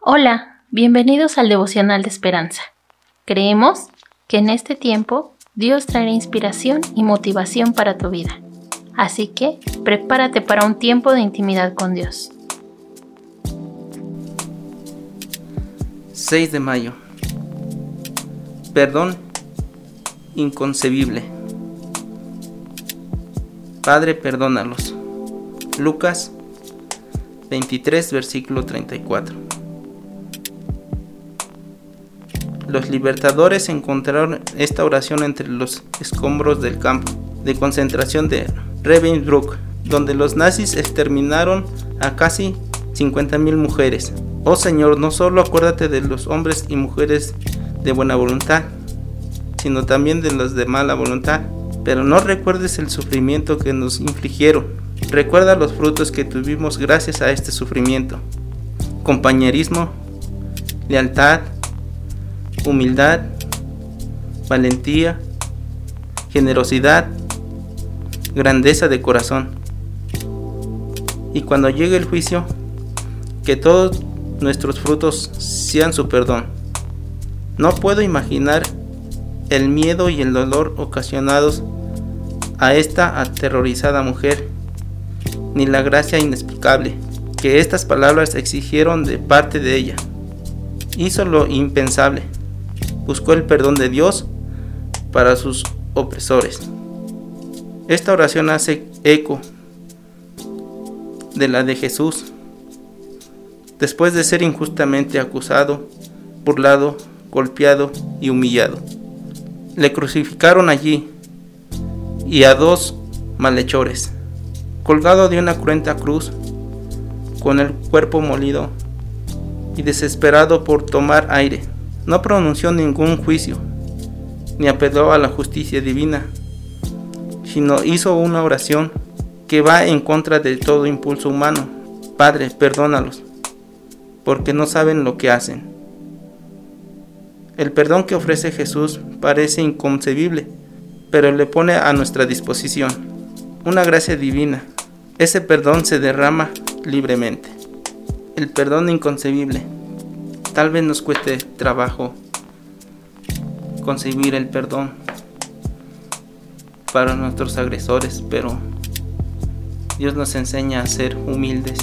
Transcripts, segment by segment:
Hola, bienvenidos al Devocional de Esperanza. Creemos que en este tiempo Dios traerá inspiración y motivación para tu vida. Así que prepárate para un tiempo de intimidad con Dios. 6 de mayo. Perdón inconcebible. Padre, perdónalos. Lucas 23, versículo 34. Los libertadores encontraron esta oración entre los escombros del campo de concentración de Ravensbrück, donde los nazis exterminaron a casi 50,000 mujeres. Oh Señor, no solo acuérdate de los hombres y mujeres de buena voluntad, sino también de los de mala voluntad, pero no recuerdes el sufrimiento que nos infligieron. Recuerda los frutos que tuvimos gracias a este sufrimiento: compañerismo, lealtad, humildad, valentía, generosidad, grandeza de corazón. Y cuando llegue el juicio, que todos nuestros frutos sean su perdón. No puedo imaginar el miedo y el dolor ocasionados a esta aterrorizada mujer, ni la gracia inexplicable que estas palabras exigieron de parte de ella. Hizo lo impensable. Buscó el perdón de Dios para sus opresores. Esta oración hace eco de la de Jesús. Después de ser injustamente acusado, burlado, golpeado y humillado, le crucificaron allí y a 2 malhechores, colgado de una cruenta cruz, con el cuerpo molido y desesperado por tomar aire. No pronunció ningún juicio, ni apeló a la justicia divina, sino hizo una oración que va en contra de todo impulso humano. Padre, perdónalos, porque no saben lo que hacen. El perdón que ofrece Jesús parece inconcebible, pero le pone a nuestra disposición una gracia divina. Ese perdón se derrama libremente. El perdón inconcebible. Tal vez nos cueste trabajo concebir el perdón para nuestros agresores, pero Dios nos enseña a ser humildes,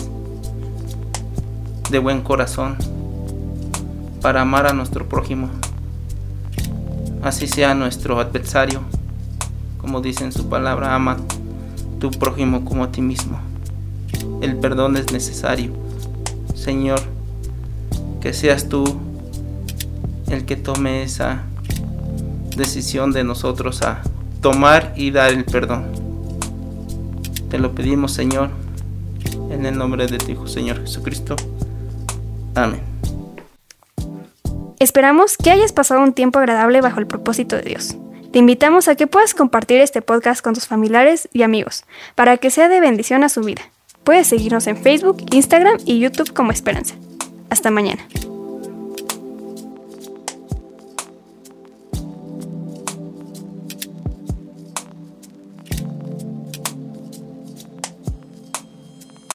de buen corazón, para amar a nuestro prójimo, así sea nuestro adversario. Como dice en su palabra, ama a tu prójimo como a ti mismo. El perdón es necesario. Señor, que seas tú el que tome esa decisión de nosotros a tomar y dar el perdón. Te lo pedimos, Señor, en el nombre de tu Hijo, Señor Jesucristo. Amén. Esperamos que hayas pasado un tiempo agradable bajo el propósito de Dios. Te invitamos a que puedas compartir este podcast con tus familiares y amigos, para que sea de bendición a su vida. Puedes seguirnos en Facebook, Instagram y YouTube como Esperanza. Hasta mañana.